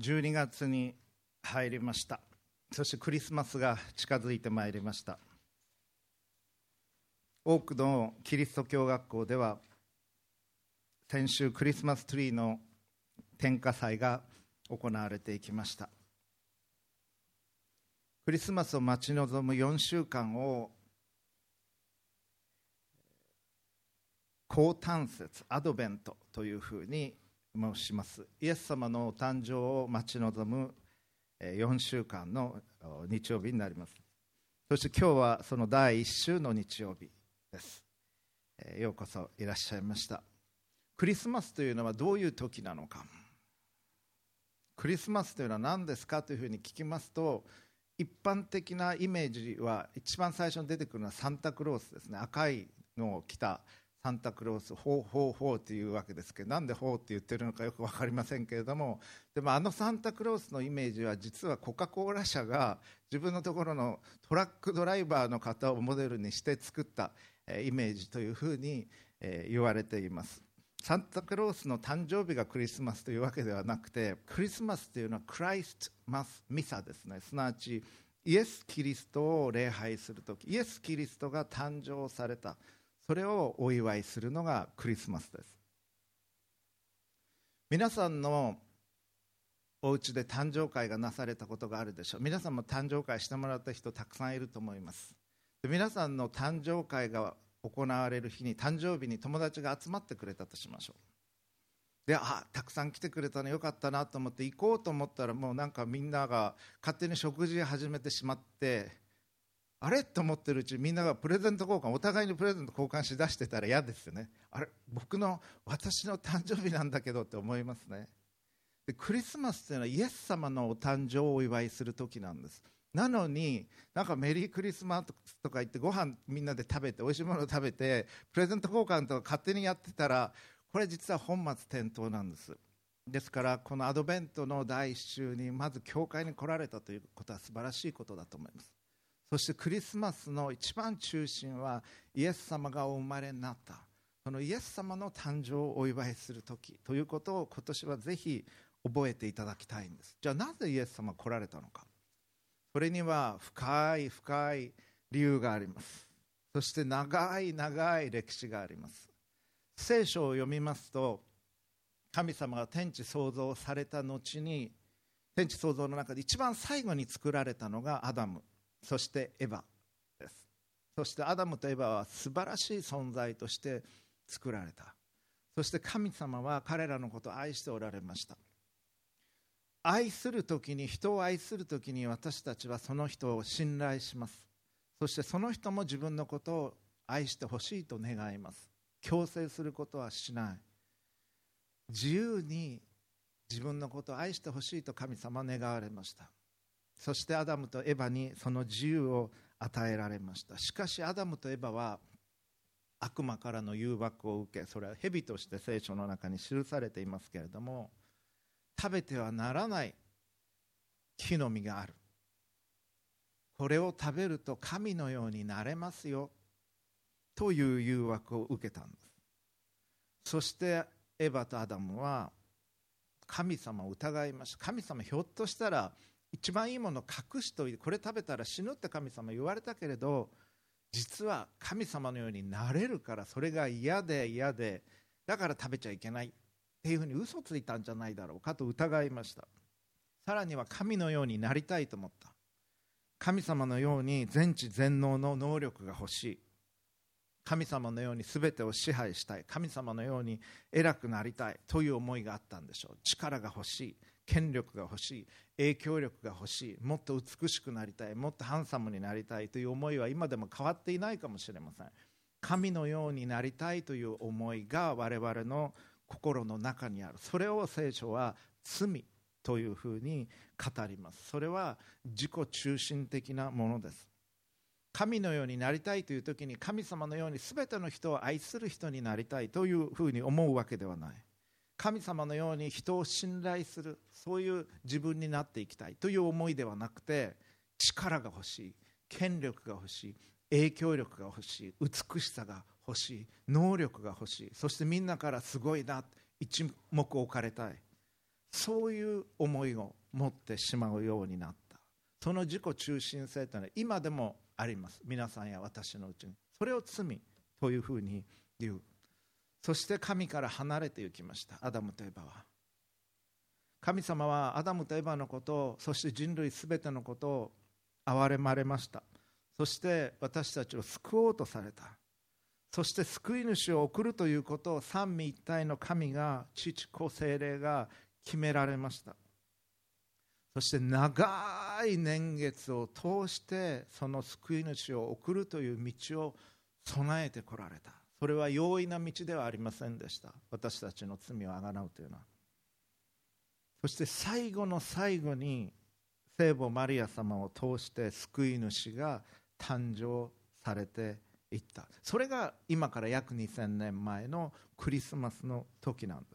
12月に入りました。そしてクリスマスが近づいてまいりました。多くのキリスト教学校では先週クリスマスツリーの点火祭が行われていきました。クリスマスを待ち望む4週間を高誕節アドベントというふうに申します。イエス様の誕生を待ち望む4週間の日曜日になります。そして今日はその第1週の日曜日です。ようこそいらっしゃいました。クリスマスというのはどういう時なのか、クリスマスというのは何ですかというふうに聞きますと、一般的なイメージは一番最初に出てくるのはサンタクロースですね。赤いのを着たサンタクロース、ほうほうほうというわけですけど、なんでほうって言ってるのかよく分かりませんけれども、でもサンタクロースのイメージは実はコカ・コーラ社が自分のところのトラックドライバーの方をモデルにして作ったイメージというふうに言われています。サンタクロースの誕生日がクリスマスというわけではなくて、クリスマスというのはクライストマスミサですね。すなわちイエス・キリストを礼拝するとき、イエス・キリストが誕生された、それをお祝いするのがクリスマスです。皆さんのお家で誕生会がなされたことがあるでしょう。皆さんも誕生会してもらった人たくさんいると思います。で、皆さんの誕生会が行われる日に、誕生日に友達が集まってくれたとしましょう。で、たくさん来てくれたのよかったなと思って行こうと思ったら、もうなんかみんなが勝手に食事を始めてしまって、あれと思ってるうちにみんながプレゼント交換、お互いにプレゼント交換しだしてたら嫌ですよね。あれ、私の誕生日なんだけどって思いますね。で、クリスマスというのはイエス様のお誕生をお祝いする時なんです。なのになんかメリークリスマスとか言ってご飯みんなで食べて、おいしいものを食べてプレゼント交換とか勝手にやってたら、これ実は本末転倒なんです。ですからこのアドベントの第1週にまず教会に来られたということは素晴らしいことだと思います。そしてクリスマスの一番中心はイエス様がお生まれになった、そのイエス様の誕生をお祝いする時ということを今年はぜひ覚えていただきたいんです。じゃあなぜイエス様が来られたのか、それには深い深い理由があります。そして長い長い歴史があります。聖書を読みますと、神様が天地創造された後に、天地創造の中で一番最後に作られたのがアダム、そしてエバです。そしてアダムとエバは素晴らしい存在として作られた。そして神様は彼らのことを愛しておられました。愛するときに、人を愛するときに私たちはその人を信頼します。そしてその人も自分のことを愛してほしいと願います。強制することはしない。自由に自分のことを愛してほしいと神様は願われました。そしてアダムとエバにその自由を与えられました。しかしアダムとエバは悪魔からの誘惑を受け、それは蛇として聖書の中に記されていますけれども、食べてはならない木の実がある、これを食べると神のようになれますよという誘惑を受けたんです。そしてエバとアダムは神様を疑いました。神様、ひょっとしたら一番いいものを隠しておいて、これ食べたら死ぬって神様言われたけれど、実は神様のようになれるからそれが嫌でだから食べちゃいけないっていうふうに嘘ついたんじゃないだろうかと疑いました。さらには神のようになりたいと思った。神様のように全知全能の能力が欲しい、神様のように全てを支配したい、神様のように偉くなりたいという思いがあったんでしょう。力が欲しい、権力が欲しい、影響力が欲しい、もっと美しくなりたい、もっとハンサムになりたいという思いは今でも変わっていないかもしれません。神のようになりたいという思いが我々の心の中にある。それを聖書は罪というふうに語ります。それは自己中心的なものです。神のようになりたいという時に、神様のように全ての人を愛する人になりたいというふうに思うわけではない。神様のように人を信頼する、そういう自分になっていきたいという思いではなくて、力が欲しい、権力が欲しい、影響力が欲しい、美しさが欲しい、能力が欲しい、そしてみんなからすごいな、一目置かれたい、 そういう思いを持ってしまうようになった。その自己中心性というのは今でもあります。皆さんや私のうちに。それを罪というふうに言う。そして神から離れていきました、アダムとエバは。神様はアダムとエバのことを、そして人類すべてのことを憐れまれました。そして私たちを救おうとされた。そして救い主を送るということを三位一体の神が、父子聖霊が決められました。そして長い年月を通してその救い主を送るという道を備えてこられた。それは容易な道ではありませんでした。私たちの罪をあがなうというのは。そして最後の最後に聖母マリア様を通して救い主が誕生されていった。それが今から約2000年前のクリスマスの時なんです。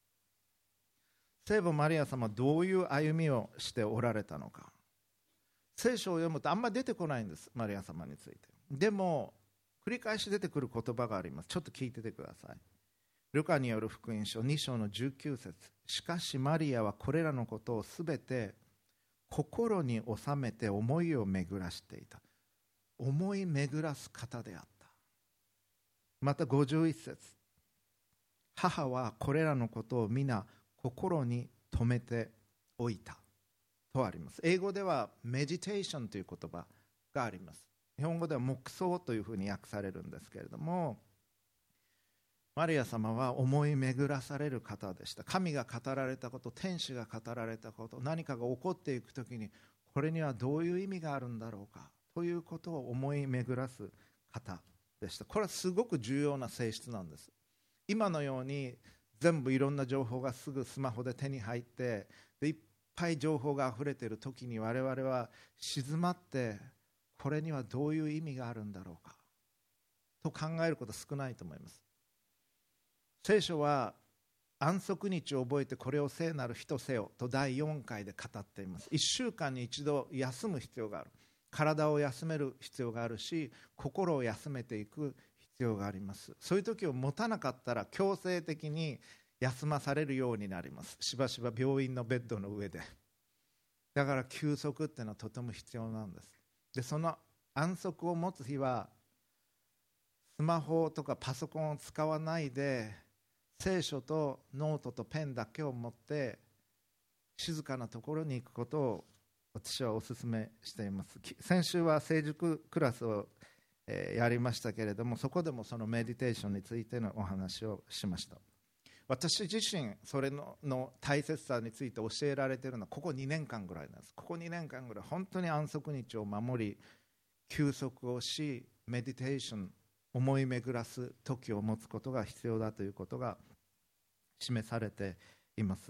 聖母マリア様はどういう歩みをしておられたのか、聖書を読むとあんまり出てこないんです、マリア様について。でも繰り返し出てくる言葉があります。ちょっと聞いててください。ルカによる福音書2章の19節。しかしマリアはこれらのことをすべて心に収めて思いを巡らしていた。思い巡らす方であった。また51節。母はこれらのことを皆心に留めておいたとあります。英語ではメディテーションという言葉があります。日本語では黙想というふうに訳されるんですけれども、マリア様は思い巡らされる方でした。神が語られたこと、天使が語られたこと、何かが起こっていくときにこれにはどういう意味があるんだろうかということを思い巡らす方でした。これはすごく重要な性質なんです。今のように全部いろんな情報がすぐスマホで手に入って、でいっぱい情報があふれているときに我々は静まって、これにはどういう意味があるんだろうかと考えること少ないと思います。聖書は安息日を覚えてこれを聖なる日とせよと第4回で語っています。1週間に一度休む必要がある。体を休める必要があるし、心を休めていく必要があります。そういう時を持たなかったら強制的に休まされるようになります。しばしば病院のベッドの上で。だから休息っていうのはとても必要なんです。でその安息を持つ日はスマホとかパソコンを使わないで、聖書とノートとペンだけを持って静かなところに行くことを私はお勧めしています。先週は成熟クラスをやりましたけれども、そこでもそのメディテーションについてのお話をしました。私自身それの大切さについて教えられているのはここ2年間ぐらいなんです。ここ2年間ぐらい本当に安息日を守り、休息をし、メディテーション、思い巡らす時を持つことが必要だということが示されています。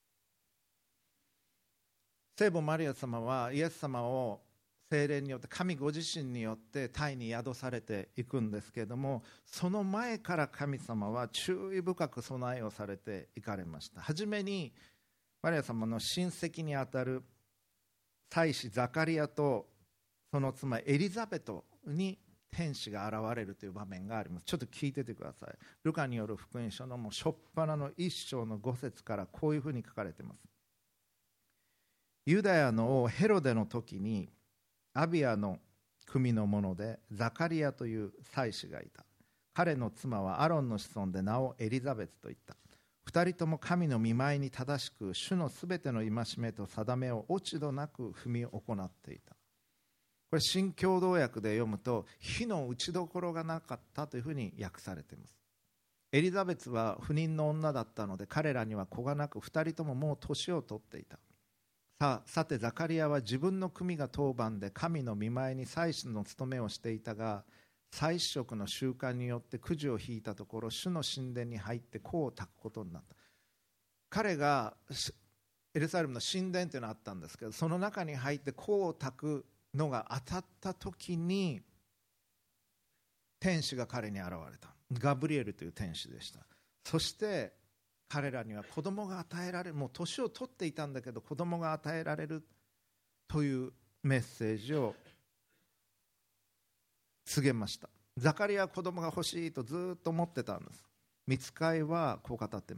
聖母マリア様はイエス様を聖霊によって、神ご自身によって胎に宿されていくんですけれども、その前から神様は注意深く備えをされていかれました。はじめにマリア様の親戚にあたる祭司ザカリアとその妻エリザベトに天使が現れるという場面があります。ちょっと聞いててください。ルカによる福音書のもう初っ端の1章の5節からこういうふうに書かれています。ユダヤの王ヘロデの時にアビアの組の者でザカリアという祭司がいた。彼の妻はアロンの子孫で名をエリザベツと言った。二人とも神の御前に正しく、主のすべての戒めと定めを落ち度なく踏み行っていた。これ新共同訳で読むと、火の打ちどころがなかったというふうに訳されています。エリザベツは不妊の女だったので、彼らには子がなく、二人とももう年を取っていた。さてザカリアは自分の組が当番で神の御前に祭司の務めをしていたが、祭司職の習慣によってくじを引いたところ、主の神殿に入って香を焚くことになった。彼がエルサレムの神殿というのがあったんですけど、その中に入って香を焚くのが当たった時に天使が彼に現れた。ガブリエルという天使でした。そして彼らには子供が与えられる、もう年を取っていたんだけど子供が与えられるというメッセージを告げました。ザカリアは子供が欲しいとずっと思ってたんです。御使いはこう語っています。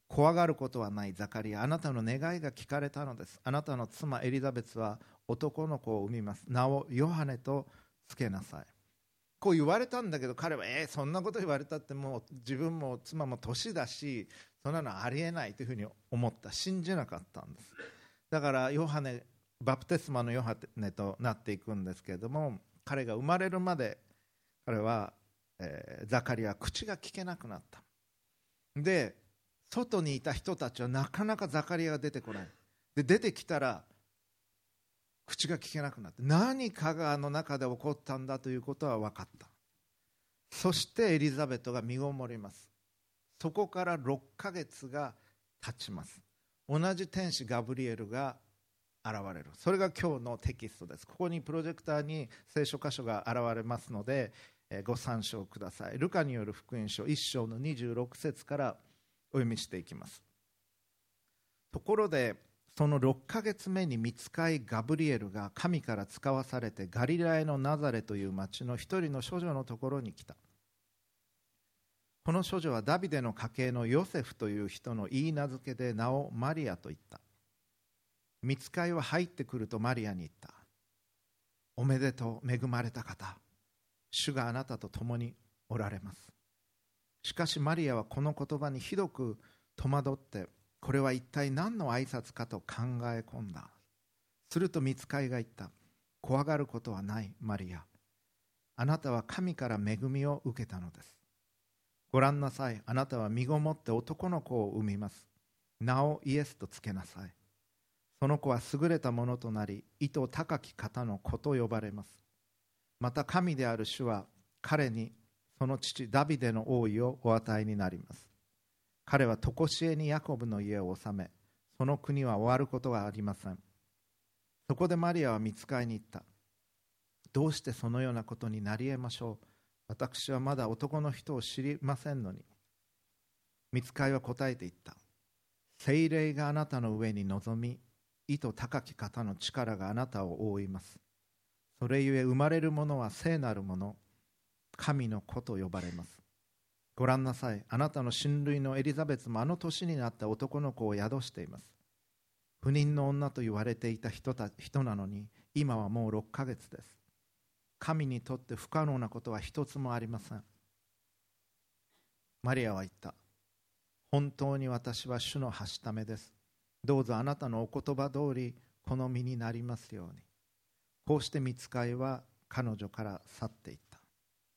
怖がることはないザカリア、あなたの願いが聞かれたのです。あなたの妻エリザベスは男の子を産みます。名をヨハネとつけなさい。こう言われたんだけど、彼はそんなこと言われたって、もう自分も妻も年だし、そんなのありえないというふうに思った。信じなかったんです。だからヨハネ、バプテスマのヨハネとなっていくんですけれども、彼が生まれるまで彼は、ザカリアは口が聞けなくなった。で、外にいた人たちはなかなかザカリアが出てこない。で、出てきたら口が聞けなくなって、何かがあの中で起こったんだということは分かった。そしてエリザベトが身ごもります。そこから6ヶ月が経ちます。同じ天使ガブリエルが現れる。それが今日のテキストです。ここにプロジェクターに聖書箇所が現れますので、ご参照ください。ルカによる福音書1章の26節からお読みしていきます。ところでその6ヶ月目に御使いガブリエルが神から使わされて、ガリラヤのナザレという町の一人の処女のところに来た。この処女はダビデの家系のヨセフという人の言い名付けで、名をマリアと言った。御使いは入ってくるとマリアに言った。おめでとう、恵まれた方、主があなたと共におられます。しかしマリアはこの言葉にひどく戸惑って、これは一体何の挨拶かと考え込んだ。すると御使いが言った。怖がることはないマリア、あなたは神から恵みを受けたのです。ご覧なさい、あなたは身ごもって男の子を産みます。名をイエスとつけなさい。その子は優れたものとなり、意図高き方の子と呼ばれます。また神である主は彼にその父ダビデの王位をお与えになります。彼は常しえにヤコブの家を治め、その国は終わることがありません。そこでマリアは御使いに言った。どうしてそのようなことになり得ましょう。私はまだ男の人を知りませんのに。御使いは答えて言った。聖霊があなたの上に臨み、意図高き方の力があなたを覆います。それゆえ生まれるものは聖なるもの、神の子と呼ばれます。ご覧なさい、あなたの親類のエリザベスもあの年になった男の子を宿しています。不妊の女と言われていた人なのに、今はもう6ヶ月です。神にとって不可能なことは一つもありません。マリアは言った。本当に私は主のはしためです。どうぞあなたのお言葉通りこの身になりますように。こうして御使いは彼女から去っていった。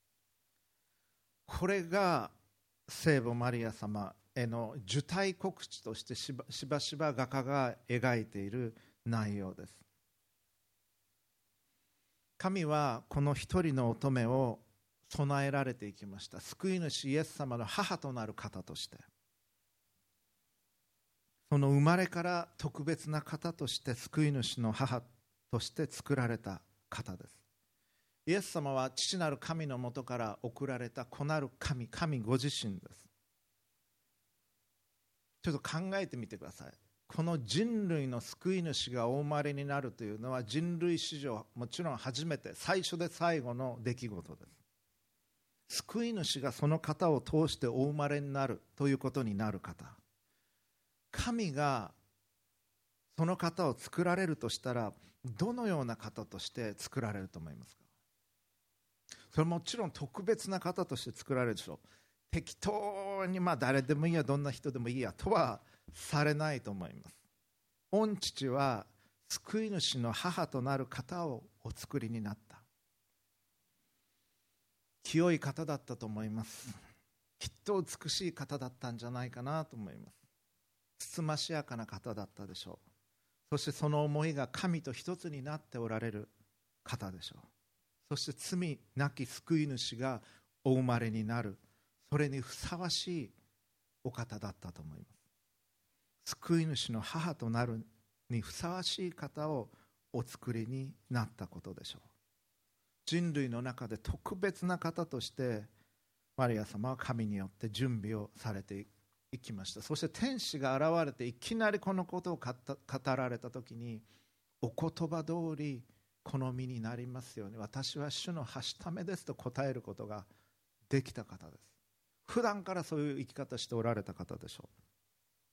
これが聖母マリア様への受胎告知としてしばしば画家が描いている内容です。神はこの一人の乙女を備えられていきました。救い主イエス様の母となる方として、その生まれから特別な方として救い主の母として作られた方です。イエス様は父なる神のもとから送られた子なる神、神ご自身です。ちょっと考えてみてください。この人類の救い主がお生まれになるというのは人類史上もちろん初めて、最初で最後の出来事です。救い主がその方を通してお生まれになるということになる方、神がその方を作られるとしたら、どのような方として作られると思いますか？それはもちろん特別な方として作られるでしょう。適当に誰でもいいや、どんな人でもいいやとはされないと思います。御父は救い主の母となる方をお作りになった。清い方だったと思います。きっと美しい方だったんじゃないかなと思います。つつましやかな方だったでしょう。そしてその思いが神と一つになっておられる方でしょう。そして罪なき救い主がお生まれになる、それにふさわしいお方だったと思います。救い主の母となるにふさわしい方をお作りになったことでしょう。人類の中で特別な方としてマリア様は神によって準備をされていきました。そして天使が現れていきなりこのことを語られたときに、お言葉通りこの身になりますように、私は主のはしためですと答えることができた方です。普段からそういう生き方しておられた方でしょう。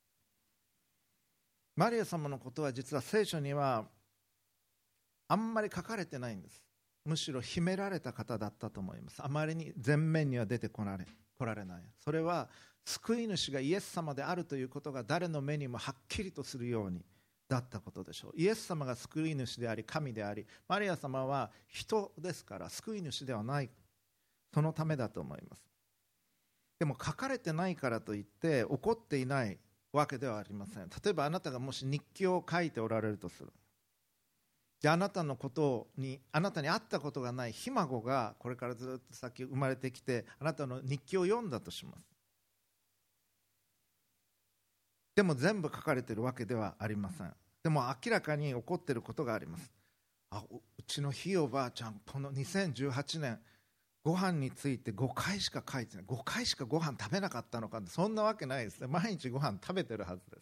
マリア様のことは実は聖書にはあんまり書かれてないんです。むしろ秘められた方だったと思います。あまりに前面には出てこられない。それは救い主がイエス様であるということが誰の目にもはっきりとするようにだったことでしょう。イエス様が救い主であり神であり、マリア様は人ですから救い主ではない、そのためだと思います。でも書かれてないからといって起こっていないわけではありません。例えばあなたがもし日記を書いておられるとする。であなたのことに、あなたに会ったことがないひ孫がこれからずっと先生まれてきてあなたの日記を読んだとします。でも全部書かれているわけではありません。でも明らかに起こっていることがあります。うちのひいおばあちゃんこの2018年ご飯について5回しか書いてない。5回しかご飯食べなかったのかって、そんなわけないですね。毎日ご飯食べてるはずです。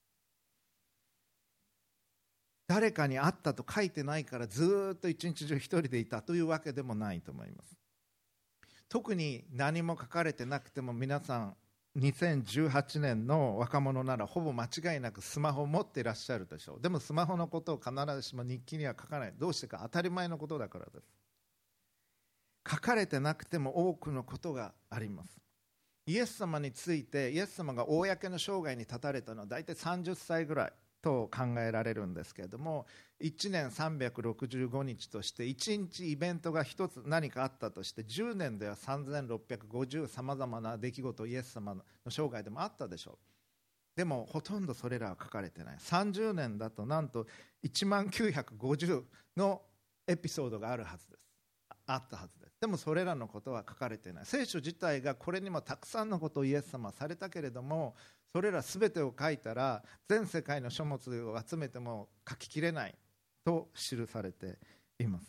誰かに会ったと書いてないからずっと一日中一人でいたというわけでもないと思います。特に何も書かれてなくても皆さん2018年の若者ならほぼ間違いなくスマホを持っていらっしゃるでしょう。でもスマホのことを必ずしも日記には書かない。どうしてか、当たり前のことだからです。書かれてなくても多くのことがあります。イエス様について、イエス様が公の生涯に立たれたのは大体30歳ぐらいと考えられるんですけれども、1年365日として1日イベントが1つ何かあったとして、10年では3650さまざまな出来事イエス様の生涯でもあったでしょう。でもほとんどそれらは書かれてない。30年だとなんと10950のエピソードがあるはずです。あったはずです。でもそれらのことは書かれていない。聖書自体がこれにもたくさんのことをイエス様はされたけれども、それら全てを書いたら全世界の書物を集めても書ききれないと記されています。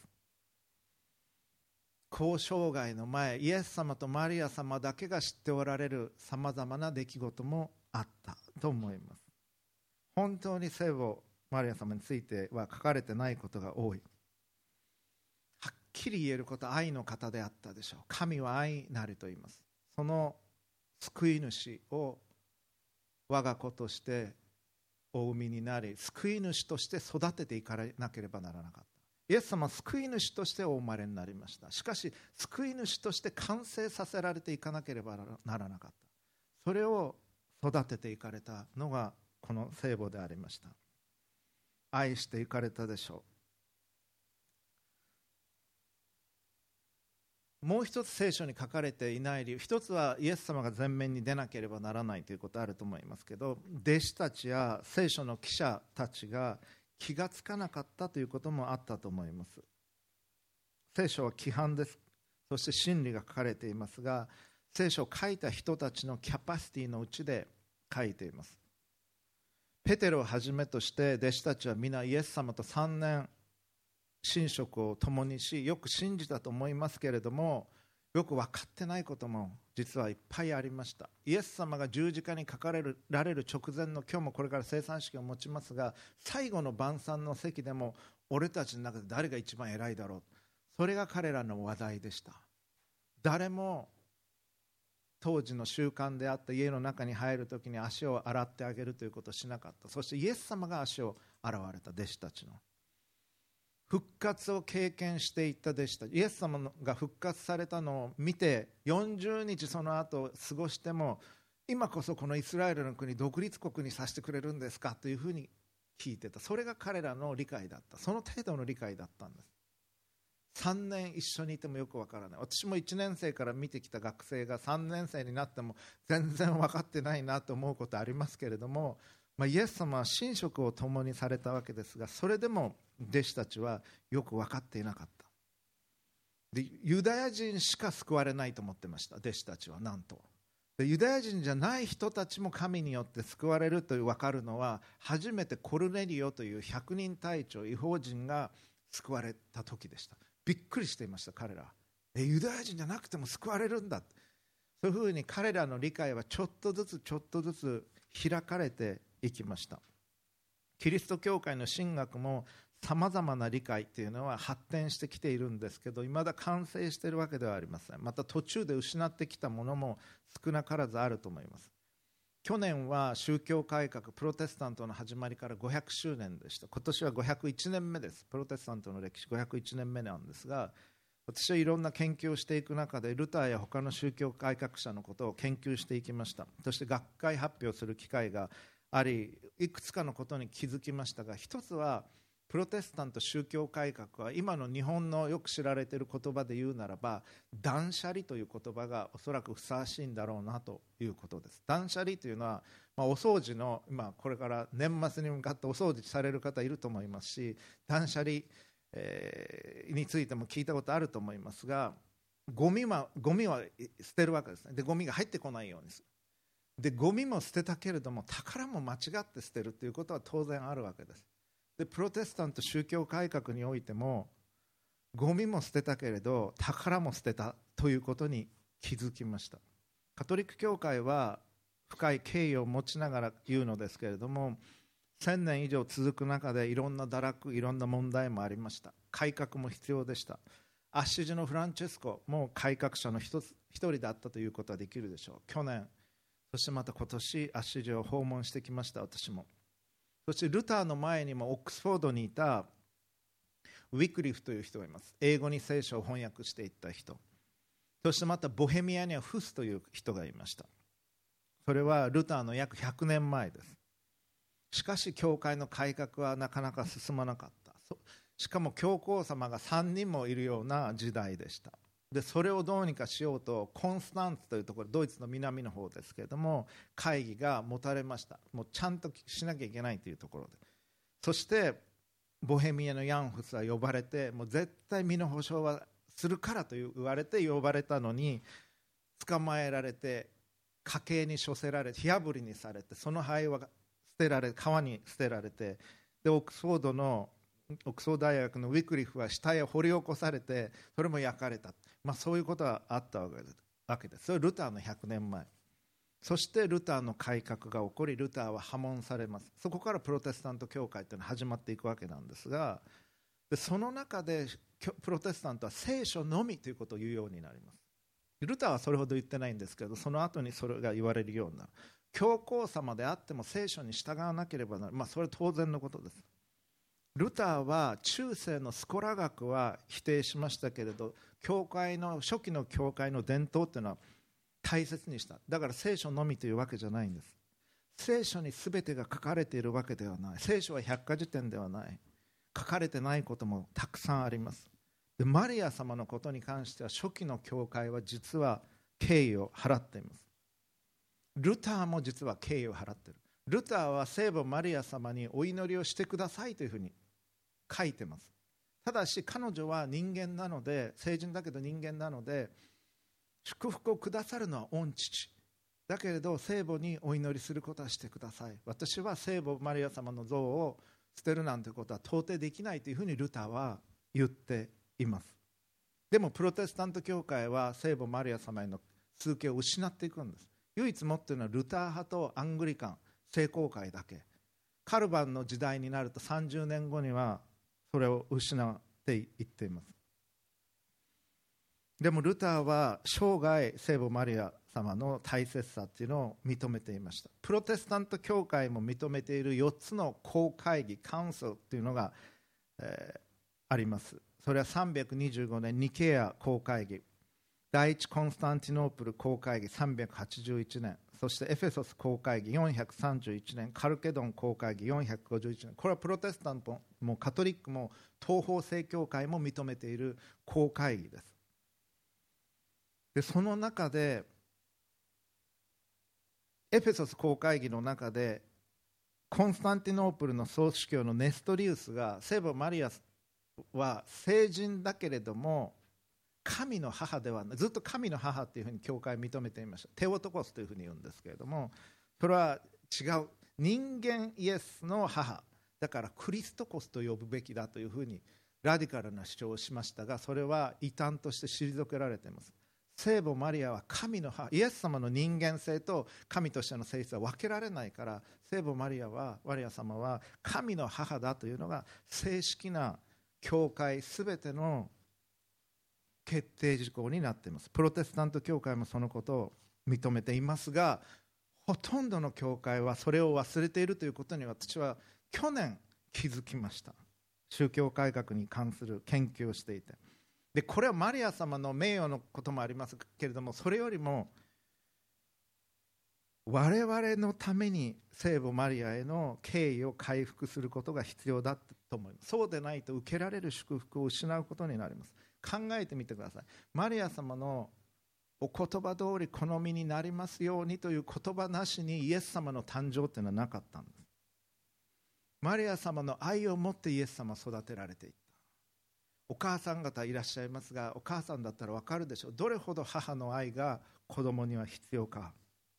交渉外の前、イエス様とマリア様だけが知っておられるさまざまな出来事もあったと思います。本当に聖母マリア様については書かれてないことが多い。はっきり言えることは愛の方であったでしょう。神は愛なりと言います。その救い主を我が子としてお産みになり、救い主として育てていかなければならなかった。イエス様は救い主としてお生まれになりました。しかし救い主として完成させられていかなければならなかった。それを育てていかれたのがこの聖母でありました。愛していかれたでしょう。もう一つ聖書に書かれていない理由、一つはイエス様が前面に出なければならないということあると思いますけど、弟子たちや聖書の記者たちが気がつかなかったということもあったと思います。聖書は規範です。そして真理が書かれていますが、聖書を書いた人たちのキャパシティのうちで書いています。ペテロをはじめとして弟子たちは皆イエス様と3年寝食を共にし、よく信じたと思いますけれども、よく分かってないことも実はいっぱいありました。イエス様が十字架にかかられる直前の、今日もこれから生産式を持ちますが、最後の晩餐の席でも俺たちの中で誰が一番偉いだろう、それが彼らの話題でした。誰も当時の習慣であった家の中に入るときに足を洗ってあげるということをしなかった。そしてイエス様が足を洗われた。弟子たちの復活を経験していった弟子たち、イエス様が復活されたのを見て40日その後過ごしても、今こそこのイスラエルの国独立国にさせてくれるんですかというふうに聞いてた。それが彼らの理解だった。その程度の理解だったんです。3年一緒にいてもよくわからない。私も1年生から見てきた学生が3年生になっても全然分かってないなと思うことありますけれども、イエス様は寝食を共にされたわけですが、それでも弟子たちはよく分かっていなかった。で、ユダヤ人しか救われないと思ってました。弟子たちはなんと。で、ユダヤ人じゃない人たちも神によって救われると分かるのは、初めてコルネリオという100人隊長、異邦人が救われた時でした。びっくりしていました。彼らユダヤ人じゃなくても救われるんだ。そういうふうに彼らの理解はちょっとずつ開かれていきました。キリスト教会の神学もさまざまな理解というのは発展してきているんですけど、未だ完成しているわけではありません。また途中で失ってきたものも少なからずあると思います。 去年は宗教改革プロテスタントの始まりから500周年でした。今年は501年目です。プロテスタントの歴史501年目なんですが、私はいろんな研究をしていく中でルターや他の宗教改革者のことを研究していきました。そして学会発表する機会があり、いくつかのことに気づきましたが、一つはプロテスタント宗教改革は今の日本のよく知られている言葉で言うならば断捨離という言葉がおそらくふさわしいんだろうなということです。断捨離というのは、お掃除の今これから年末に向かってお掃除される方いると思いますし、断捨離、についても聞いたことあると思いますが、ゴミは捨てるわけですね。でゴミが入ってこないようにする。でゴミも捨てたけれども宝も間違って捨てるということは当然あるわけです。でプロテスタント宗教改革においてもゴミも捨てたけれど宝も捨てたということに気づきました。カトリック教会は深い敬意を持ちながら言うのですけれども、1000年以上続く中でいろんな堕落、いろんな問題もありました。改革も必要でした。アッシジのフランチェスコも改革者の一人だったということはできるでしょう。去年、そしてまた今年アッシジを訪問してきました。私も。そしてルターの前にもオックスフォードにいたウィクリフという人がいます。英語に聖書を翻訳していった人。そしてまたボヘミアにはフスという人がいました。それはルターの約100年前です。しかし教会の改革はなかなか進まなかった。しかも教皇様が3人もいるような時代でした。でそれをどうにかしようとコンスタンツというところ、ドイツの南の方ですけれども会議が持たれました。もうちゃんとしなきゃいけないというところで、そしてボヘミアのヤンフスは呼ばれて、もう絶対身の保証はするからと言われて呼ばれたのに、捕まえられて家計に処せられて火あぶりにされて、その灰は捨てられ川に捨てられて、でオックスフォード大学のウィクリフは死体を掘り起こされてそれも焼かれた。そういうことがあったわけです。それはルターの100年前。そしてルターの改革が起こり、ルターは破門されます。そこからプロテスタント教会というのは始まっていくわけなんですが、でその中でプロテスタントは聖書のみということを言うようになります。ルターはそれほど言ってないんですけど、その後にそれが言われるような、教皇様であっても聖書に従わなければならない、それは当然のことです。ルターは中世のスコラ学は否定しましたけれど、初期の教会の伝統というのは大切にした。だから聖書のみというわけじゃないんです。聖書に全てが書かれているわけではない。聖書は百科事典ではない。書かれてないこともたくさんあります。でマリア様のことに関しては初期の教会は実は敬意を払っています。ルターも実は敬意を払っている。ルターは聖母マリア様にお祈りをしてくださいというふうに書いてます。ただし彼女は人間なので、聖人だけど人間なので、祝福をくださるのは御父だけれど聖母にお祈りすることはしてください。私は聖母マリア様の像を捨てるなんてことは到底できないというふうにルターは言っています。でもプロテスタント教会は聖母マリア様への崇敬を失っていくんです。唯一持っているのはルター派とアングリカン聖公会だけ。カルバンの時代になると30年後にはそれを失っていっています。でもルターは生涯聖母マリア様の大切さというのを認めていました。プロテスタント教会も認めている4つの公会議カウンセルというのが、あります。それは325年ニケア公会議、第一コンスタンティノープル公会議381年、そしてエフェソス公会議431年、カルケドン公会議451年。これはプロテスタントもカトリックも東方正教会も認めている公会議です。でその中でエフェソス公会議の中でコンスタンティノープルの総主教のネストリウスが聖母マリアは聖人だけれども神の母ではない、ずっと神の母というふうに教会を認めていました。テオトコスというふうに言うんですけれども、それは違う、人間イエスの母だからクリストコスと呼ぶべきだというふうにラディカルな主張をしましたが、それは異端として退けられています。聖母マリアは神の母、イエス様の人間性と神としての性質は分けられないから、聖母マリア様は神の母だというのが正式な教会すべての決定事項になっています。プロテスタント教会もそのことを認めていますが、 ほとんどの教会はそれを忘れているということに私は去年気づきました。宗教改革に関する研究をしていて、でこれはマリア様の名誉のこともありますけれども、それよりも我々のために聖母マリアへの敬意を回復することが必要だと思います。そうでないと受けられる祝福を失うことになります。考えてみてください。マリア様のお言葉通り好みになりますようにという言葉なしにイエス様の誕生というのはなかったんです。マリア様の愛を持ってイエス様は育てられていった。お母さん方いらっしゃいますが、お母さんだったら分かるでしょう。どれほど母の愛が子供には必要か。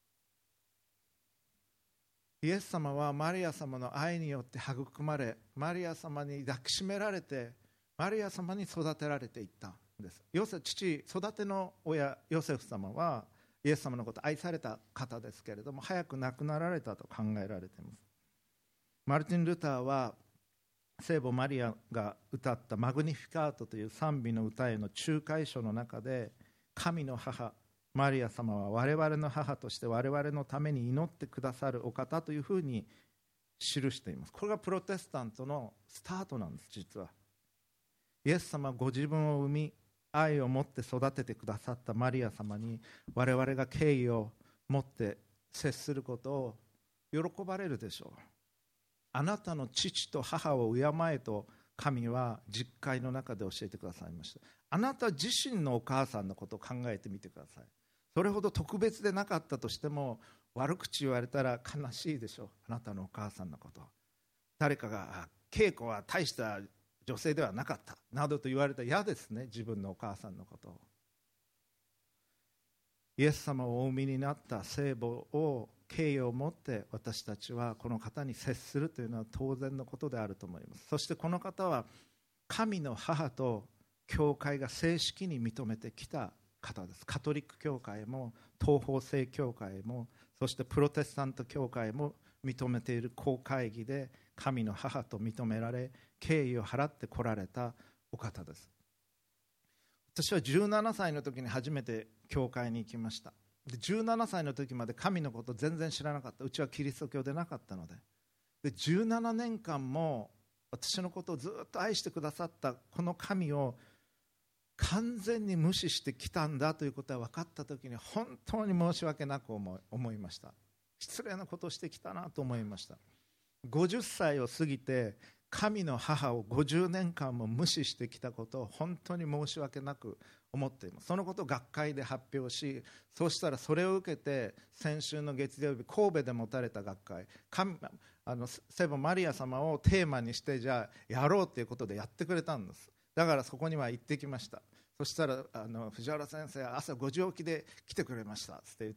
イエス様はマリア様の愛によって育まれ、マリア様に抱きしめられて、マリア様に育てられていったんです。育ての親ヨセフ様はイエス様のことを愛された方ですけれども、早く亡くなられたと考えられています。マルティン・ルターは聖母マリアが歌ったマグニフィカートという賛美の歌への仲介書の中で、神の母マリア様は我々の母として我々のために祈ってくださるお方というふうに記しています。これがプロテスタントのスタートなんです。実はイエス様はご自分を生み愛を持って育ててくださったマリア様に我々が敬意を持って接することを喜ばれるでしょう。あなたの父と母を敬えと神は実会の中で教えてくださいました。あなた自身のお母さんのことを考えてみてください。それほど特別でなかったとしても悪口言われたら悲しいでしょう。あなたのお母さんのこと、誰かが恵子は大した女性ではなかったなどと言われたら嫌ですね。自分のお母さんのことを。イエス様をお産みになった聖母を敬意を持って私たちはこの方に接するというのは当然のことであると思います。そしてこの方は神の母と教会が正式に認めてきた方です。カトリック教会も東方正教会もそしてプロテスタント教会も認めている公会議で神の母と認められ敬意を払ってこられたお方です。私は17歳の時に初めて教会に行きました。で17歳の時まで神のこと全然知らなかった。うちはキリスト教でなかったので、17年間も私のことをずっと愛してくださったこの神を完全に無視してきたんだということが分かった時に本当に申し訳なく思いました。失礼なことをしてきたなと思いました。50歳を過ぎて神の母を50年間も無視してきたことを本当に申し訳なく思っています。そのことを学会で発表し、そうしたらそれを受けて先週の月曜日神戸で持たれた学会、聖母マリア様をテーマにしてじゃあやろうということでやってくれたんです。だからそこには行ってきました。そしたら藤原先生朝5時起きで来てくれましたって言って、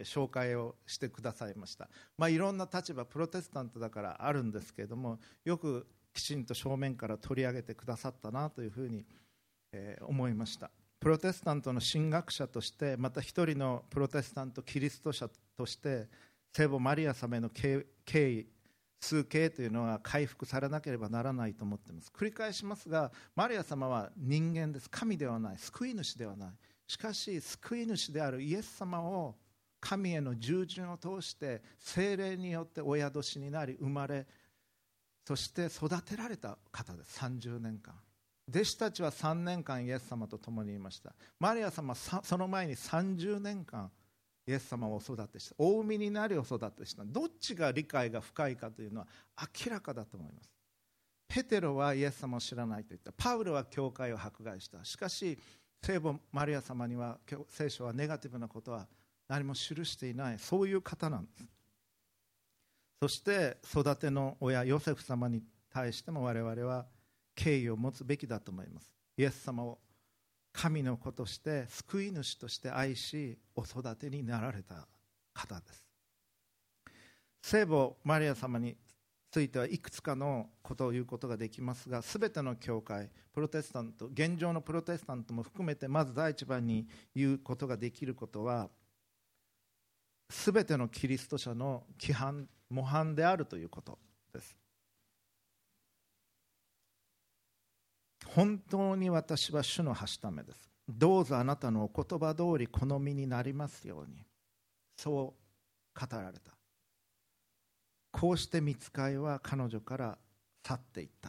紹介をしてくださいました。いろんな立場プロテスタントだからあるんですけれども、よくきちんと正面から取り上げてくださったなというふうに、思いました。プロテスタントの神学者として、また一人のプロテスタントキリスト者として聖母マリア様への敬意崇敬というのは回復されなければならないと思っています。繰り返しますが、マリア様は人間です。神ではない、救い主ではない。しかし救い主であるイエス様を神への従順を通して聖霊によってお宿しになり生まれ、そして育てられた方です。30年間弟子たちは3年間イエス様と共にいました。マリア様はその前に30年間イエス様をお育てした。お産みになりお育てした。どっちが理解が深いかというのは明らかだと思います。ペテロはイエス様を知らないと言った。パウロは教会を迫害した。しかし聖母マリア様には聖書はネガティブなことは何も記していない、そういう方なんです。そして育ての親ヨセフ様に対しても我々は敬意を持つべきだと思います。イエス様を神の子として救い主として愛しお育てになられた方です。聖母マリア様についてはいくつかのことを言うことができますが、すべての教会プロテスタント、現状のプロテスタントも含めてまず第一番に言うことができることは、すべてのキリスト者の模範であるということです。本当に私は主のはしためです。どうぞあなたのお言葉通り好みになりますように。そう語られた。こうして御使いは彼女から去っていった。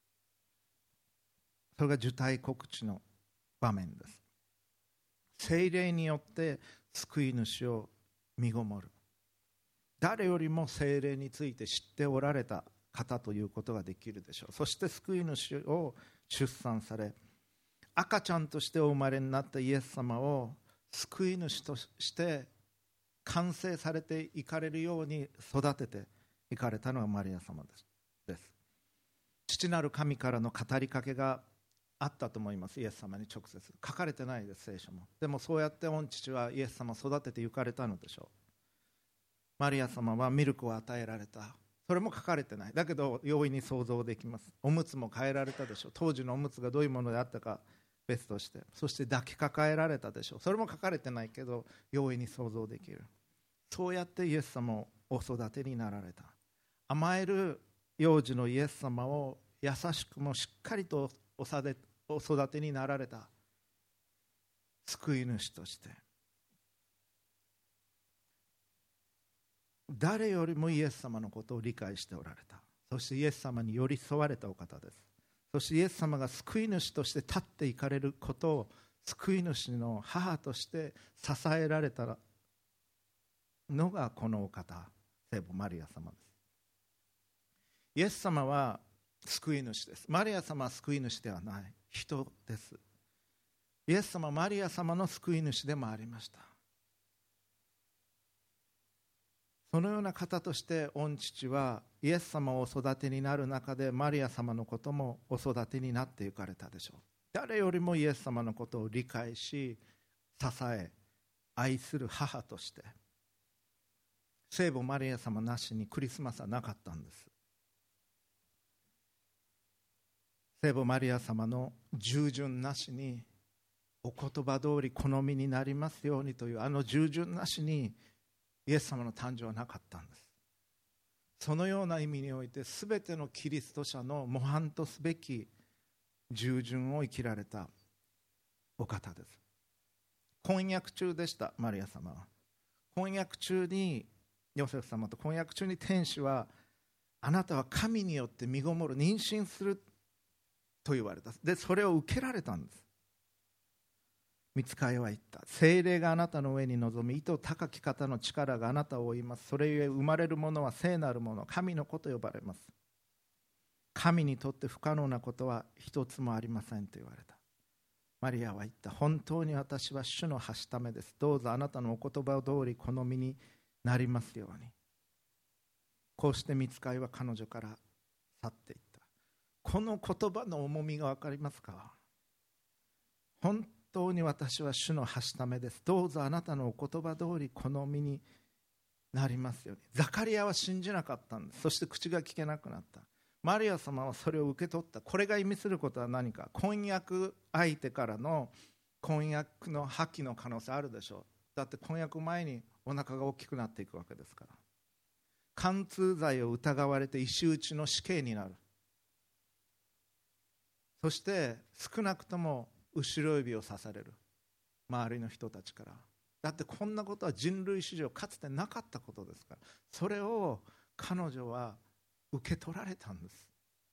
それが受胎告知の場面です。聖霊によって救い主を身ごもる。誰よりも聖霊について知っておられた方ということができるでしょう。そして救い主を出産され、赤ちゃんとしてお生まれになったイエス様を救い主として完成されていかれるように育てていかれたのがマリア様です。父なる神からの語りかけがあったと思います。イエス様に直接書かれてないです、聖書も。でもそうやって御父はイエス様を育てて行かれたのでしょう。マリア様はミルクを与えられた。それも書かれてない。だけど容易に想像できます。おむつも変えられたでしょう。当時のおむつがどういうものであったか別として、そして抱きかかえられたでしょう。それも書かれてないけど容易に想像できる。そうやってイエス様をお育てになられた。甘える幼児のイエス様を優しくもしっかりとお育てになられた救い主として、誰よりもイエス様のことを理解しておられた。そしてイエス様に寄り添われたお方です。そしてイエス様が救い主として立っていかれることを救い主の母として支えられたのがこのお方、聖母マリア様です。イエス様は救い主です。マリア様は救い主ではない、人です。イエス様はマリア様の救い主でもありました。そのような方として御父はイエス様をお育てになる中でマリア様のこともお育てになっていかれたでしょう。誰よりもイエス様のことを理解し支え愛する母として、聖母マリア様なしにクリスマスはなかったんです。聖母マリア様の従順なしにお言葉通り好みになりますようにというあの従順なしにイエス様の誕生はなかったんです。そのような意味において全てのキリスト者の模範とすべき従順を生きられたお方です。婚約中でした。マリア様は婚約中にヨセフ様と婚約中に天使はあなたは神によって身ごもる、妊娠すると言われた。でそれを受けられたんです。御使いは言った。聖霊があなたの上に臨み、意図高き方の力があなたを追います。それゆえ生まれるものは聖なるもの、神の子と呼ばれます。神にとって不可能なことは一つもありませんと言われた。マリアは言った。本当に私は主のはしためです。どうぞあなたのお言葉通り好みになりますように。こうして御使いは彼女から去っていった。この言葉の重みが分かりますか？本当に私は主のはしためです。どうぞあなたのお言葉通り好みになりますように。ザカリアは信じなかったんです。そして口が聞けなくなった。マリア様はそれを受け取った。これが意味することは何か。婚約相手からの婚約の破棄の可能性あるでしょう。だって婚約前にお腹が大きくなっていくわけですから。姦通罪を疑われて石打ちの死刑になる。そして少なくとも後ろ指を刺される、周りの人たちから。だってこんなことは人類史上かつてなかったことですから。それを彼女は受け取られたんです。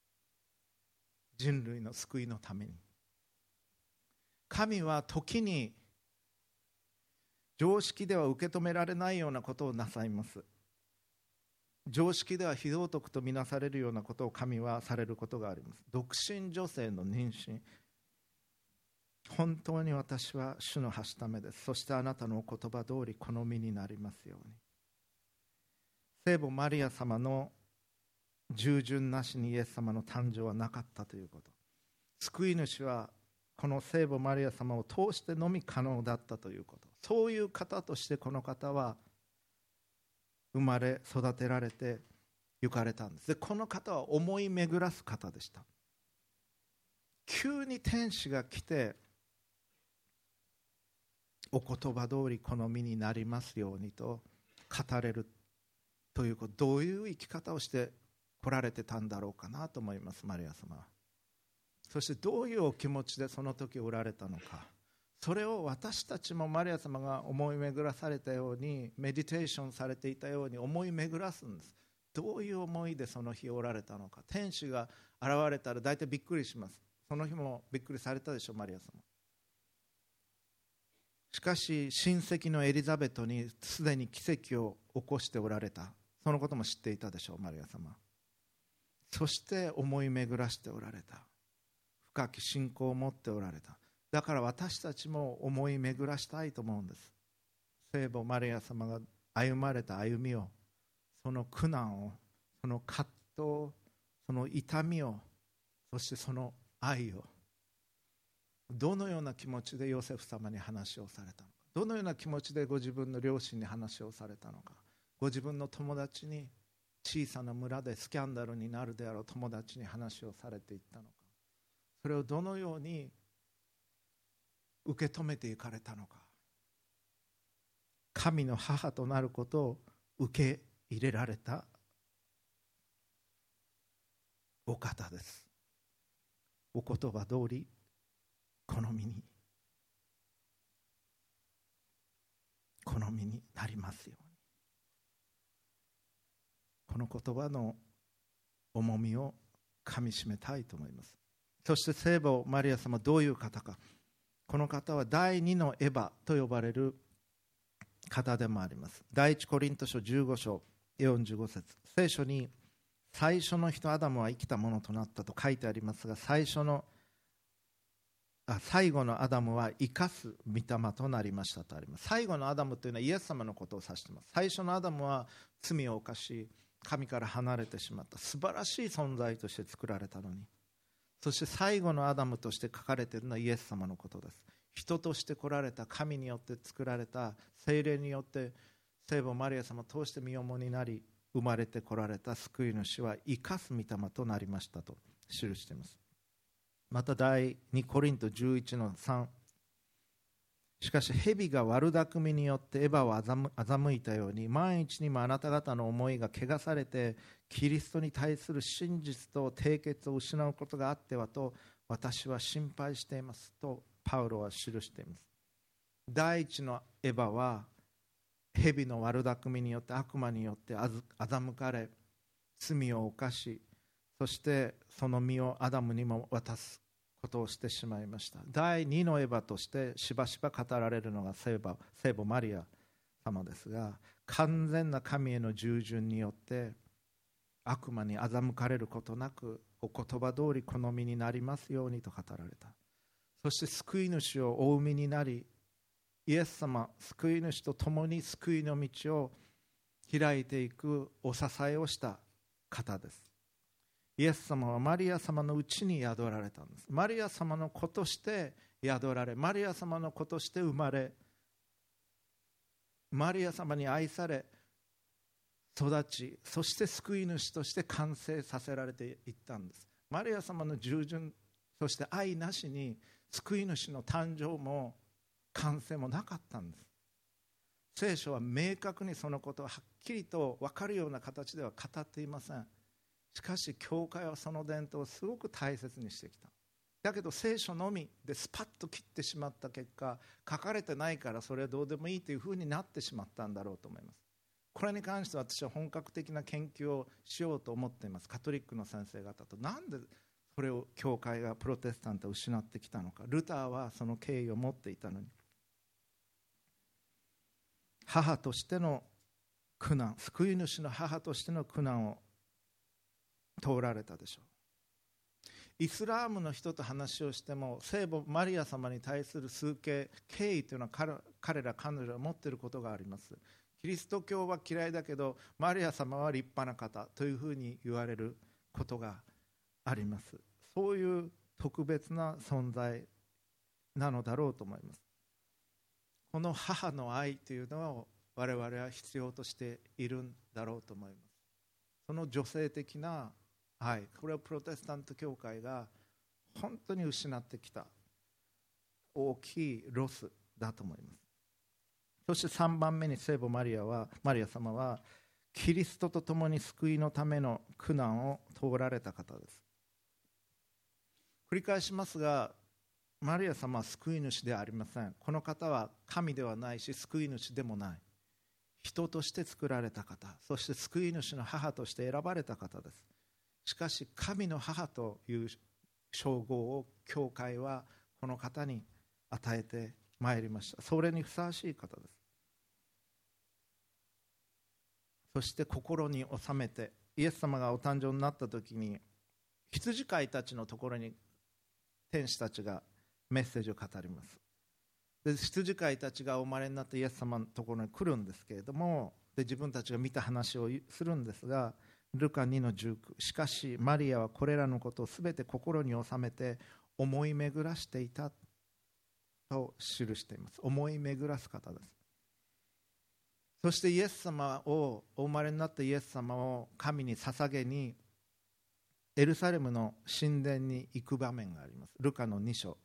人類の救いのために。神は時に常識では受け止められないようなことをなさいます。常識では非道徳とみなされるようなことを神はされることがあります。独身女性の妊娠、本当に私は主のはしためです。そしてあなたのお言葉通り好みになりますように。聖母マリア様の従順なしにイエス様の誕生はなかったということ。救い主はこの聖母マリア様を通してのみ可能だったということ。そういう方としてこの方は生まれ育てられて行かれたんです。でこの方は思い巡らす方でした。急に天使が来てお言葉通り好みになりますようにと語れるということ、どういう生き方をして来られてたんだろうかなと思います。マリア様はそしてどういうお気持ちでその時おられたのか、 それを私たちもマリア様が思い巡らされたように、メディテーションされていたように思い巡らすんです。どういう思いでその日おられたのか。天使が現れたら大体びっくりします。その日もびっくりされたでしょう、マリア様。しかし親戚のエリザベトにすでに奇跡を起こしておられた、そのことも知っていたでしょう、マリア様。そして思い巡らしておられた。深き信仰を持っておられた。だから私たちも思い巡らしたいと思うんです。聖母マリア様が歩まれた歩みを、その苦難を、その葛藤を、その痛みを、そしてその愛を、どのような気持ちでヨセフ様に話をされたのか、どのような気持ちでご自分の両親に話をされたのか、ご自分の友達に、小さな村でスキャンダルになるであろう友達に話をされていったのか、それをどのように受け止めていかれたのか。神の母となることを受け入れられたお方です。お言葉通り好みになりますように。この言葉の重みをかみしめたいと思います。そして聖母マリア様、どういう方か。この方は第二のエヴァと呼ばれる方でもあります。第一コリント書15章45節、聖書に最初の人アダムは生きたものとなったと書いてありますが、最後のアダムは生かす御霊となりましたとあります。最後のアダムというのはイエス様のことを指しています。最初のアダムは罪を犯し、神から離れてしまった素晴らしい存在として作られたのに、そして最後のアダムとして書かれているのはイエス様のことです。人として来られた、神によって作られた、聖霊によって聖母マリア様を通して身重になり生まれて来られた救い主は生かす御霊となりましたと記しています。また第2コリント11の3、しかし蛇が悪巧みによってエヴァを欺いたように、万一にもあなた方の思いが汚されてキリストに対する真実と締結を失うことがあってはと私は心配していますとパウロは記しています。第一のエヴァは蛇の悪巧みによって、悪魔によって欺かれ、罪を犯し、そしてその身をアダムにも渡すことをしてしまいました。第二のエヴァとしてしばしば語られるのが聖母マリア様ですが、完全な神への従順によって悪魔に欺かれることなく、お言葉通り好みになりますようにと語られた。そして救い主をお産みになり、イエス様救い主と共に救いの道を開いていくお支えをした方です。イエス様はマリア様のうちに宿られたんです。マリア様の子として宿られ、マリア様の子として生まれ、マリア様に愛され育ち、そして救い主として完成させられていったんです。マリア様の従順、そして愛なしに救い主の誕生も完成もなかったんです。聖書は明確にそのことをはっきりと分かるような形では語っていません。しかし教会はその伝統をすごく大切にしてきた。だけど聖書のみでスパッと切ってしまった結果、書かれてないからそれはどうでもいいというふうになってしまったんだろうと思います。これに関して私は本格的な研究をしようと思っています。カトリックの先生方と。なんでそれを教会がプロテスタントを失ってきたのか。ルターはその敬意を持っていたのに、母としての苦難、救い主の母としての苦難を通られたでしょう。イスラームの人と話をしても、聖母マリア様に対する敬意というのは彼ら彼女は持っていることがあります。キリスト教は嫌いだけどマリア様は立派な方というふうに言われることがあります。そういう特別な存在なのだろうと思います。この母の愛というのは我々は必要としているんだろうと思います。その女性的な愛、これはプロテスタント教会が本当に失ってきた大きいロスだと思います。そして3番目に聖母マリア様はキリストと共に救いのための苦難を通られた方です。繰り返しますが、 マリア様は救い主ではありません。この方は神ではないし救い主でもない。人として作られた方、そして救い主の母として選ばれた方です。しかし神の母という称号を教会はこの方に与えてまいりました。それにふさわしい方です。そして心に収めて、イエス様がお誕生になった時に羊飼いたちのところに天使たちがメッセージを語ります。で羊飼いたちがお生まれになったイエス様のところに来るんですけれども、で自分たちが見た話をするんですが、ルカ2の19、しかしマリアはこれらのことをすべて心に収めて思い巡らしていたと記しています。思い巡らす方です。そしてイエス様を、お生まれになったイエス様を神に捧げにエルサレムの神殿に行く場面があります。ルカの2章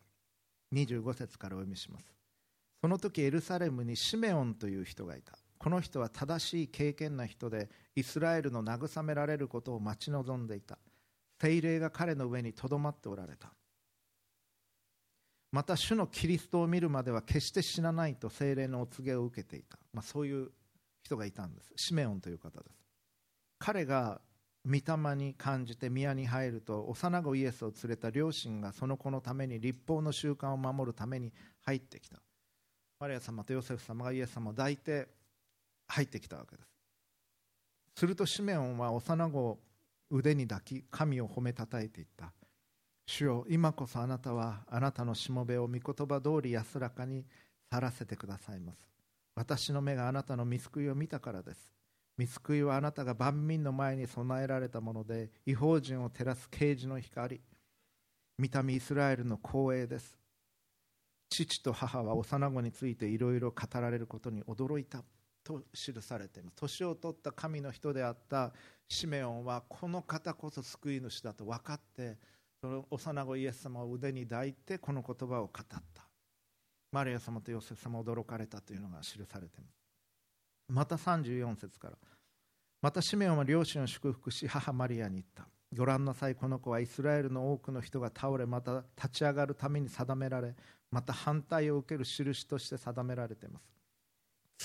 25節からお読みします。その時エルサレムにシメオンという人がいた。この人は正しい敬虔な人で、イスラエルの慰められることを待ち望んでいた。聖霊が彼の上にとどまっておられた。また主のキリストを見るまでは決して死なないと聖霊のお告げを受けていた。そういう人がいたんです。シメオンという方です。彼が御霊に感じて宮に入ると、幼子イエスを連れた両親がその子のために律法の習慣を守るために入ってきた。マリア様とヨセフ様がイエス様を抱いて入ってきたわけです。するとシメオンは幼子を腕に抱き、神を褒めたたえていった。主よ、今こそあなたはあなたのしもべを御言葉通り安らかに去らせてくださいます。私の目があなたの御救いを見たからです。御救いはあなたが万民の前に備えられたもので、異邦人を照らす啓示の光、御民イスラエルの光栄です。父と母は幼子についていろいろ語られることに驚いたと記されています。年を取った神の人であったシメオンは、この方こそ救い主だと分かって、その幼子イエス様を腕に抱いてこの言葉を語った。マリア様とヨセフ様は驚かれたというのが記されています。また34節から、またシメオンは両親を祝福し、母マリアに言った。ご覧なさい、この子はイスラエルの多くの人が倒れ、また立ち上がるために定められ、また反対を受ける印として定められています。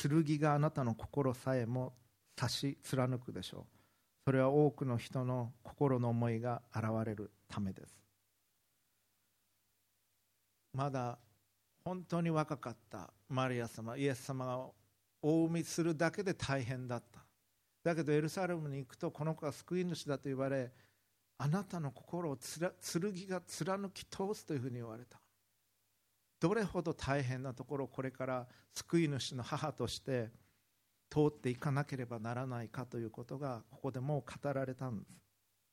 剣があなたの心さえも刺し貫くでしょう。それは多くの人の心の思いが現れるためです。まだ本当に若かったマリア様、イエス様がお産みするだけで大変だった。だけどエルサレムに行くと、この子は救い主だと言われ、あなたの心を剣が貫き通すというふうに言われた。どれほど大変なところをこれから救い主の母として通っていかなければならないかということがここでもう語られたんです。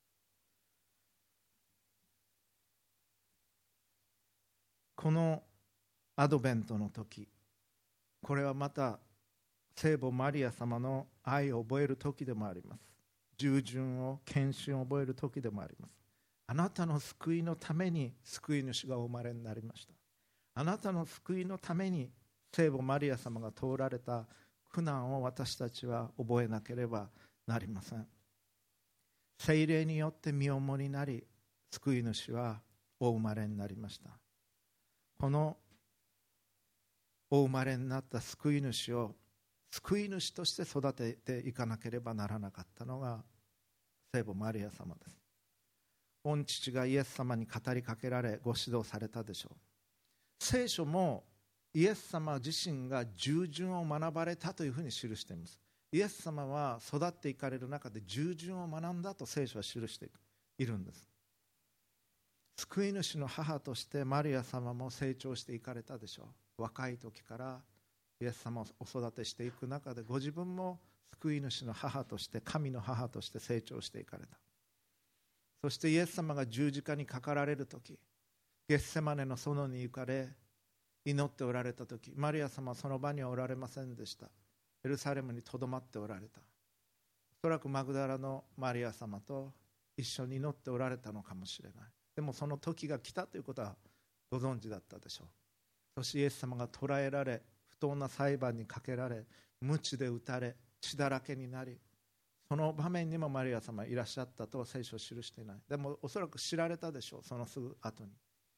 このアドベントの時、これはまた聖母マリア様の愛を覚える時でもあります。従順を献身を覚える時でもあります。あなたの救いのために救い主がお生まれになりました。あなたの救いのために聖母マリア様が通られた苦難を私たちは覚えなければなりません。聖霊によって身重になり、救い主はお生まれになりました。このお生まれになった救い主を救い主として育てていかなければならなかったのが聖母マリア様です。御父がイエス様に語りかけられご指導されたでしょう。聖書もイエス様自身が従順を学ばれたというふうに記しています。イエス様は育っていかれる中で従順を学んだと聖書は記しているんです。救い主の母としてマリア様も成長していかれたでしょう。若い時からイエス様をお育てしていく中で、ご自分も救い主の母として、神の母として成長していかれた。そしてイエス様が十字架にかかられる時、ゲッセマネの園に行かれ祈っておられた時、マリア様はその場にはおられませんでした。エルサレムにとどまっておられた。おそらくマグダラのマリア様と一緒に祈っておられたのかもしれない。でもその時が来たということはご存知だったでしょう。そしてイエス様が捕らえられ、不当な裁判にかけられ、鞭で打たれ、血だらけになり、その場面にもマリア様いらっしゃったと聖書を記していない。でもおそらく知られたでしょう、そのすぐ後に。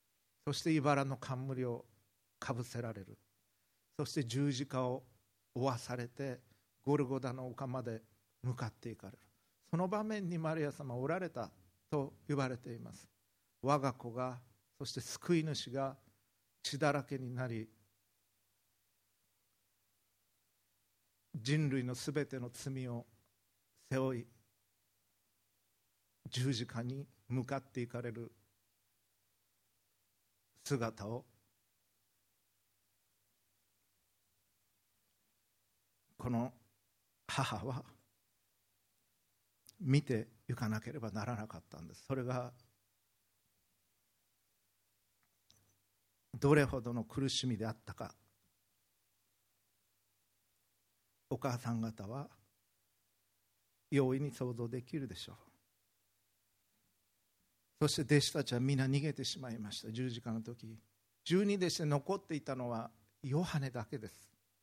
そして茨の冠をかぶせられる、そして十字架を負わされてゴルゴダの丘まで向かっていかれる。その場面にマリア様はおられたと言われています。我が子が、そして救い主が血だらけになり、人類のすべての罪を背負い十字架に向かっていかれる姿を、この母は見ていかなければならなかったんです。それがどれほどの苦しみであったか、お母さん方は容易に想像できるでしょう。そして弟子たちは皆逃げてしまいました。十字架の時、12弟子で残っていたのはヨハネだけです。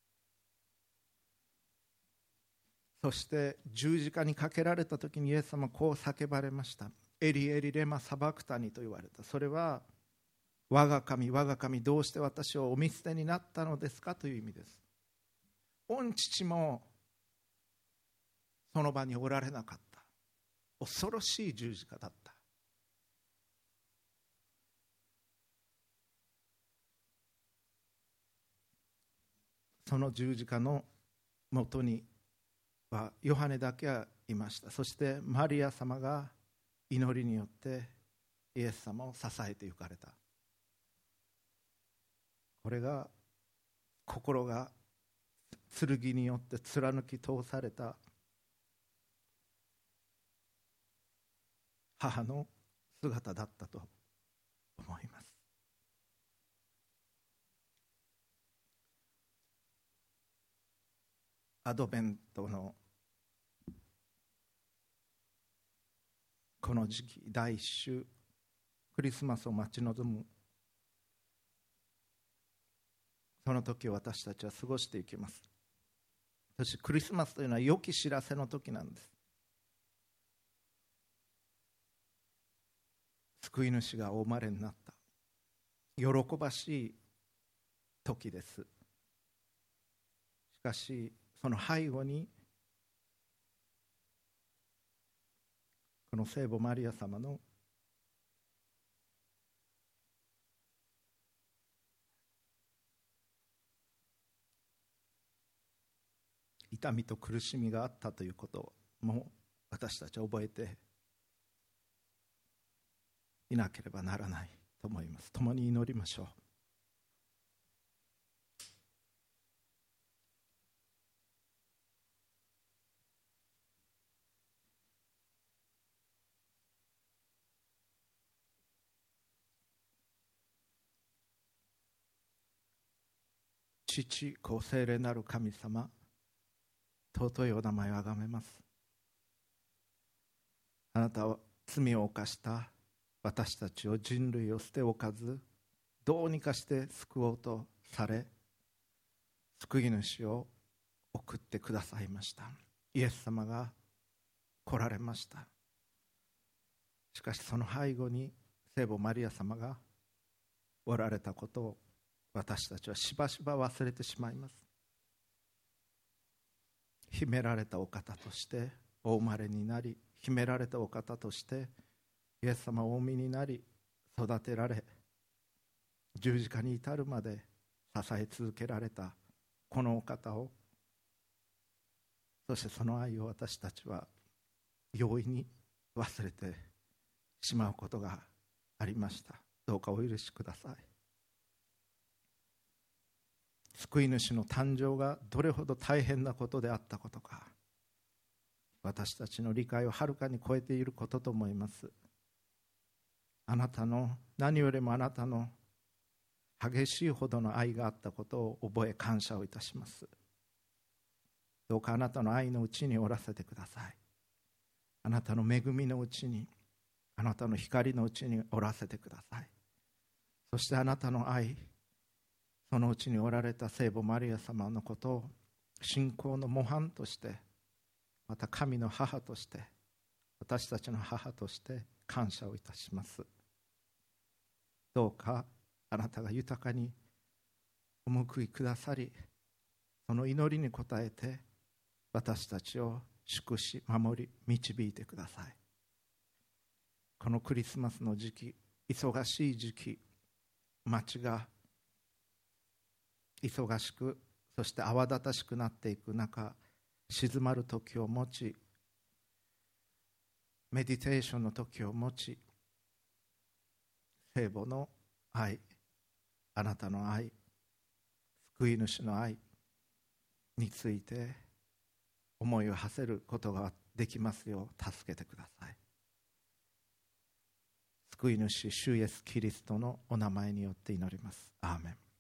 そして十字架にかけられた時にイエス様はこう叫ばれました。エリエリレマサバクタニと言われた。それは我が神我が神、どうして私をお見捨てになったのですかという意味です。御父もその場におられなかった。恐ろしい十字架だった。その十字架のもとにはヨハネだけはいました。そしてマリア様が祈りによってイエス様を支えてゆかれた。これが心が剣によって貫き通された母の姿だったと思います。アドベントのこの時期、第一週クリスマスを待ち望むその時を私たちは過ごしていきます。そしてクリスマスというのは良き知らせの時なんです。救い主がお生まれになった喜ばしい時です。しかしその背後にこの聖母マリア様の痛みと苦しみがあったということも私たちは覚えていなければならないと思います。共に祈りましょう。父、子、聖霊なる神様、尊いお名前をあがめます。あなたは罪を犯した私たちを、人類を捨て置かず、どうにかして救おうとされ、救い主を送ってくださいました。イエス様が来られました。しかしその背後に聖母マリア様がおられたことを私たちはしばしば忘れてしまいます。秘められたお方としてお生まれになり、秘められたお方としてイエス様をお産みになり、育てられ、十字架に至るまで支え続けられたこのお方を、そしてその愛を私たちは容易に忘れてしまうことがありました。どうかお許しください。救い主の誕生がどれほど大変なことであったことか、私たちの理解をはるかに超えていることと思います。あなたの、何よりもあなたの激しいほどの愛があったことを覚え感謝をいたします。どうかあなたの愛のうちにおらせてください。あなたの恵みのうちに、あなたの光のうちにおらせてください。そしてあなたの愛、そのうちにおられた聖母マリア様のことを信仰の模範として、また神の母として、私たちの母として感謝をいたします。どうかあなたが豊かにお報いくださり、その祈りに応えて私たちを祝し守り導いてください。このクリスマスの時期、忙しい時期、街が忙しく、そして慌ただしくなっていく中、静まる時を持ち、メディテーションの時を持ち、聖母の愛、あなたの愛、救い主の愛について思いを馳せることができますよう助けてください。救い主主イエスキリストのお名前によって祈ります。アーメン。